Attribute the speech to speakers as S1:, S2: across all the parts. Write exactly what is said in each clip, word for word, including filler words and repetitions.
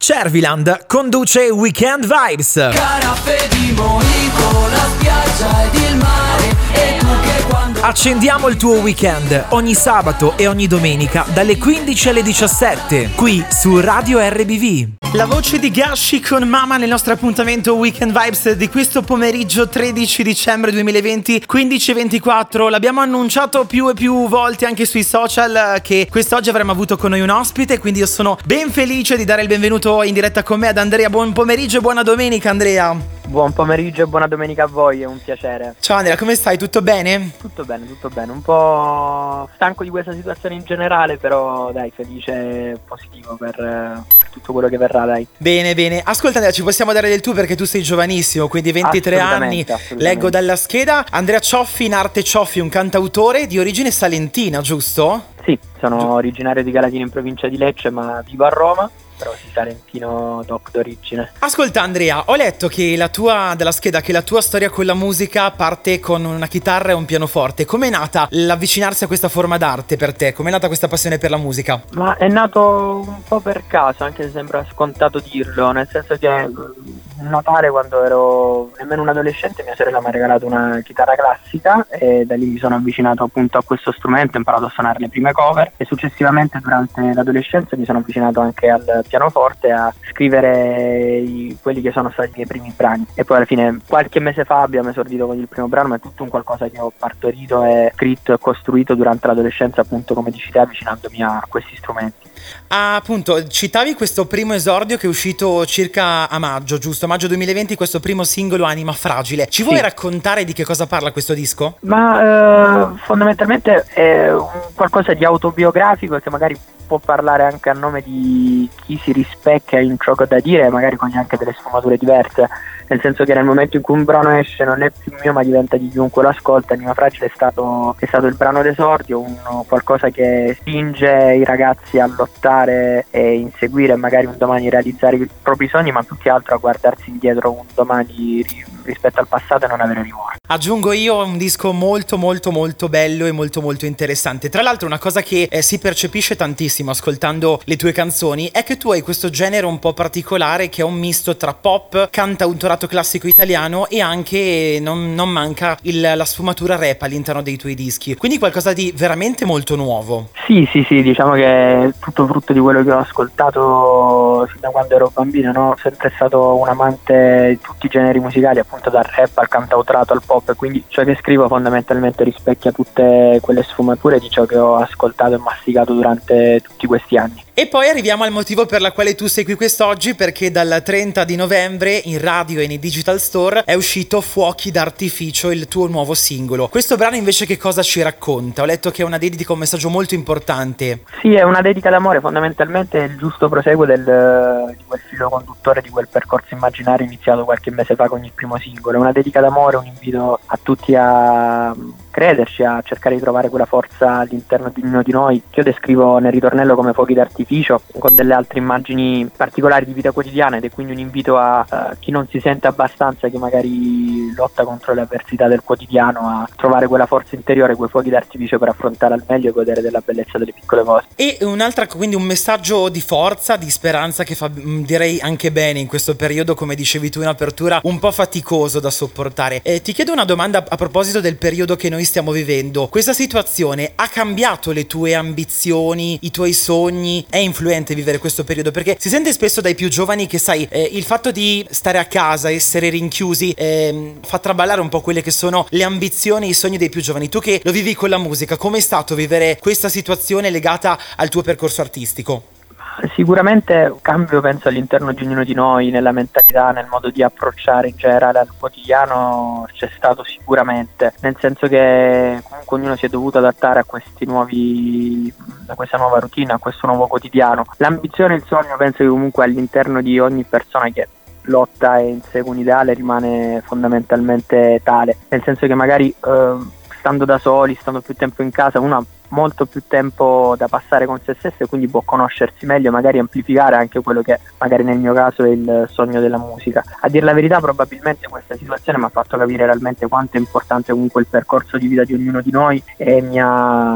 S1: Cerviland conduce Weekend Vibes.
S2: Caraffe di mojito, la spiaggia ed il mare. E tu che quando...
S1: Accendiamo il tuo weekend ogni sabato e ogni domenica dalle quindici alle diciassette qui su Radio R B V. La voce di Gashi con Mama nel nostro appuntamento Weekend Vibes di questo pomeriggio tredici dicembre duemilaventi quindici e ventiquattro. L'abbiamo annunciato più e più volte anche sui social che quest'oggi avremmo avuto con noi un ospite, quindi io sono ben felice di dare il benvenuto in diretta con me ad Andrea. Buon pomeriggio e buona domenica, Andrea.
S3: Buon pomeriggio e buona domenica a voi, è un piacere.
S1: Ciao Andrea, come stai? Tutto bene?
S3: Tutto bene, tutto bene, un po' stanco di questa situazione in generale, però dai, felice e positivo per, per tutto quello che verrà, dai.
S1: Bene, bene. Ascolta Andrea, ci possiamo dare del tu perché tu sei giovanissimo, quindi ventitré anni. Leggo dalla scheda. Andrea Cioffi, in arte Cioffi, un cantautore di origine salentina, giusto?
S3: Sì, sono Gi- originario di Galatino in provincia di Lecce, ma vivo a Roma. Però sì, salentino doc d'origine.
S1: Ascolta Andrea, ho letto che la tua, dalla scheda, che la tua storia con la musica parte con una chitarra e un pianoforte. Com'è nata l'avvicinarsi a questa forma d'arte per te? Com'è nata questa passione per la musica?
S3: Ma è nato un po' per caso, anche se sembra scontato dirlo, nel senso che a Natale, quando ero nemmeno un adolescente, mia sorella mi ha regalato una chitarra classica e da lì mi sono avvicinato appunto a questo strumento, ho imparato a suonare le prime cover e successivamente durante l'adolescenza mi sono avvicinato anche al pianoforte a scrivere i, quelli che sono stati i miei primi brani, e poi alla fine qualche mese fa abbiamo esordito con il primo brano, ma è tutto un qualcosa che ho partorito e scritto e costruito durante l'adolescenza, appunto come dici te, avvicinandomi a questi strumenti.
S1: Ah, appunto, citavi questo primo esordio che è uscito circa a maggio, giusto? Maggio duemilaventi, questo primo singolo Anima Fragile. Ci vuoi
S3: Sì.
S1: raccontare di che cosa parla questo disco?
S3: Ma eh, fondamentalmente è un qualcosa di autobiografico e che magari può parlare anche a nome di chi si rispecchia in ciò che ho da dire, magari con anche delle sfumature diverse, nel senso che nel momento in cui un brano esce non è più mio ma diventa di chiunque lo ascolta. Anima Fragile è stato, è stato il brano d'esordio, uno, qualcosa che spinge i ragazzi a lottare e inseguire magari un domani realizzare i propri sogni, ma più che altro a guardarsi indietro un domani ri- rispetto al passato e non avere rimorso.
S1: Aggiungo io, un disco molto molto molto bello e molto molto interessante. Tra l'altro una cosa che eh, si percepisce tantissimo ascoltando le tue canzoni è che tu hai questo genere un po' particolare che è un misto tra pop, cantautorato classico italiano e anche non, non manca il, la sfumatura rap all'interno dei tuoi dischi, quindi qualcosa di veramente molto nuovo.
S3: Sì, sì, sì, diciamo che è tutto frutto di quello che ho ascoltato fin da quando ero bambino, no? Ho sempre stato un amante di tutti i generi musicali, appunto dal rap al cantautorato al pop, e quindi ciò che scrivo fondamentalmente rispecchia tutte quelle sfumature di ciò che ho ascoltato e masticato durante tutti questi anni.
S1: E poi arriviamo al motivo per la quale tu sei qui quest'oggi, perché dal trenta di novembre in radio e nei digital store è uscito Fuochi d'artificio, il tuo nuovo singolo. Questo brano invece che cosa ci racconta? Ho letto che è una dedica, un messaggio molto importante.
S3: Sì, è una dedica d'amore, fondamentalmente è il giusto proseguo del, di quel filo conduttore, di quel percorso immaginario iniziato qualche mese fa con il primo singolo. È una dedica d'amore, un invito a tutti a crederci, a cercare di trovare quella forza all'interno di ognuno di noi, che io descrivo nel ritornello come fuochi d'artificio, con delle altre immagini particolari di vita quotidiana, ed è quindi un invito a, a chi non si sente abbastanza, che magari lotta contro le avversità del quotidiano, a trovare quella forza interiore, quei fuochi d'artificio per affrontare al meglio e godere della bellezza delle piccole cose.
S1: E un'altra, quindi un messaggio di forza, di speranza, che fa direi anche bene in questo periodo, come dicevi tu in apertura, un po' faticoso da sopportare. Eh, ti chiedo una domanda a proposito del periodo che noi stiamo vivendo. Questa situazione ha cambiato le tue ambizioni, i tuoi sogni? È influente vivere questo periodo? Perché si sente spesso dai più giovani che, sai, eh, il fatto di stare a casa, essere rinchiusi, eh, fa traballare un po' quelle che sono le ambizioni, i sogni dei più giovani. Tu che lo vivi con la musica, com'è stato vivere questa situazione legata al tuo percorso artistico?
S3: Sicuramente un cambio, penso, all'interno di ognuno di noi, nella mentalità, nel modo di approcciare in generale al quotidiano c'è stato sicuramente, nel senso che comunque ognuno si è dovuto adattare a questi nuovi, a questa nuova routine, a questo nuovo quotidiano. L'ambizione e il sogno penso che comunque all'interno di ogni persona che lotta e insegue un ideale rimane fondamentalmente tale, nel senso che magari eh, stando da soli, stando più tempo in casa, uno ha molto più tempo da passare con se stesso e quindi può conoscersi meglio e magari amplificare anche quello che magari nel mio caso è il sogno della musica. A dir la verità, probabilmente questa situazione mi ha fatto capire realmente quanto è importante comunque il percorso di vita di ognuno di noi e mi ha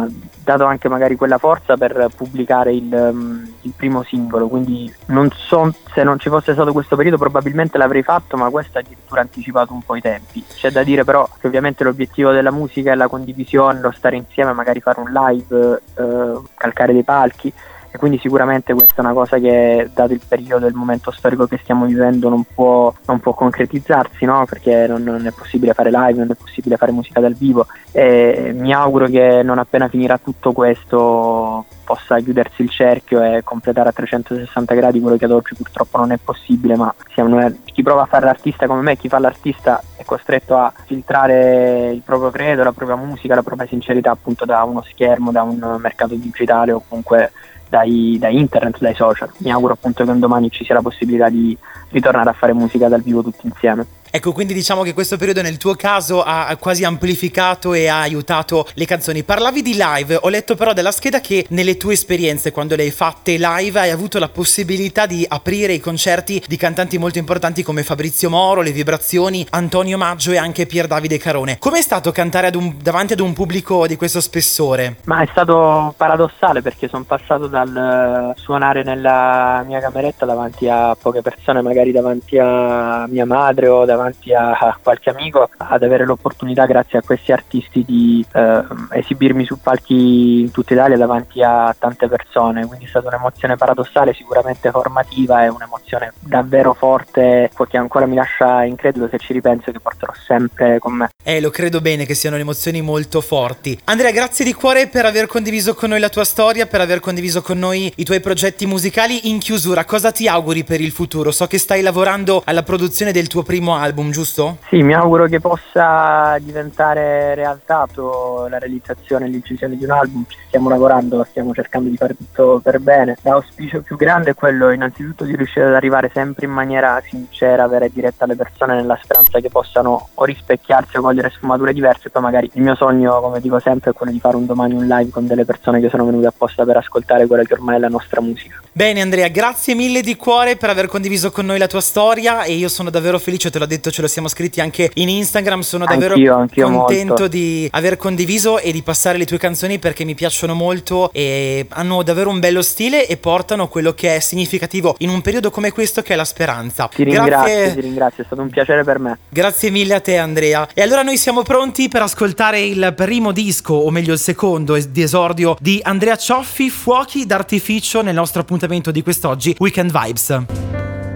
S3: dato anche magari quella forza per pubblicare il, um, il primo singolo, quindi non so se non ci fosse stato questo periodo probabilmente l'avrei fatto, ma questo ha addirittura anticipato un po' i tempi. C'è da dire però che ovviamente l'obiettivo della musica è la condivisione, lo stare insieme, magari fare un live, eh, calcare dei palchi, e quindi sicuramente questa è una cosa che, dato il periodo e il momento storico che stiamo vivendo, non può, non può concretizzarsi, no? Perché non, non è possibile fare live, non è possibile fare musica dal vivo, e mi auguro che non appena finirà tutto questo possa chiudersi il cerchio e completare a trecentosessanta gradi quello che ad oggi purtroppo non è possibile, ma siamo, chi prova a fare l'artista come me, chi fa l'artista è costretto a filtrare il proprio credo, la propria musica, la propria sincerità appunto da uno schermo, da un mercato digitale o comunque dai, da internet, dai social. Mi auguro appunto che un domani ci sia la possibilità di ritornare a fare musica dal vivo tutti insieme.
S1: Ecco, quindi diciamo che questo periodo nel tuo caso ha quasi amplificato e ha aiutato le canzoni. Parlavi di live, ho letto però dalla scheda che nelle tue esperienze, quando le hai fatte live, hai avuto la possibilità di aprire i concerti di cantanti molto importanti come Fabrizio Moro, Le Vibrazioni, Antonio Maggio e anche Pier Davide Carone. Com'è stato cantare ad un, davanti ad un pubblico di questo spessore?
S3: Ma è stato paradossale, perché sono passato dal suonare nella mia cameretta davanti a poche persone, magari davanti a mia madre o davanti a qualche amico, ad avere l'opportunità, grazie a questi artisti, di eh, esibirmi su palchi in tutta Italia davanti a tante persone. Quindi è stata un'emozione paradossale, sicuramente formativa, e un'emozione davvero forte che ancora mi lascia incredulo se ci ripenso, che porterò sempre con me.
S1: Eh, lo credo bene che siano emozioni molto forti. Andrea, grazie di cuore per aver condiviso con noi la tua storia, per aver condiviso con noi i tuoi progetti musicali. In chiusura, cosa ti auguri per il futuro? So che stai lavorando alla produzione del tuo primo album, giusto?
S3: Sì, mi auguro che possa diventare realtà la realizzazione e l'incisione di un album. Ci stiamo lavorando, stiamo cercando di fare tutto per bene. L'auspicio più grande è quello innanzitutto di riuscire ad arrivare sempre in maniera sincera, vera e diretta alle persone, nella speranza che possano o rispecchiarsi o cogliere sfumature diverse. Poi magari il mio sogno, come dico sempre, è quello di fare un domani un live con delle persone che sono venute apposta per ascoltare quella che ormai è la nostra musica.
S1: Bene Andrea, grazie mille di cuore per aver condiviso con noi la tua storia, e io sono davvero felice, te l'ho detto, ce lo siamo scritti anche in Instagram, sono davvero
S3: anch'io, anch'io
S1: contento
S3: molto.
S1: di aver condiviso e di passare le tue canzoni, perché mi piacciono molto e hanno davvero un bello stile e portano quello che è significativo in un periodo come questo, che è la speranza.
S3: Ti ringrazio, grazie. ti ringrazio, è stato un piacere per me.
S1: Grazie mille a te Andrea. E allora noi siamo pronti per ascoltare il primo disco, o meglio il secondo di esordio di Andrea Cioffi, Fuochi d'artificio, nel nostro appuntamento di quest'oggi, Weekend Vibes.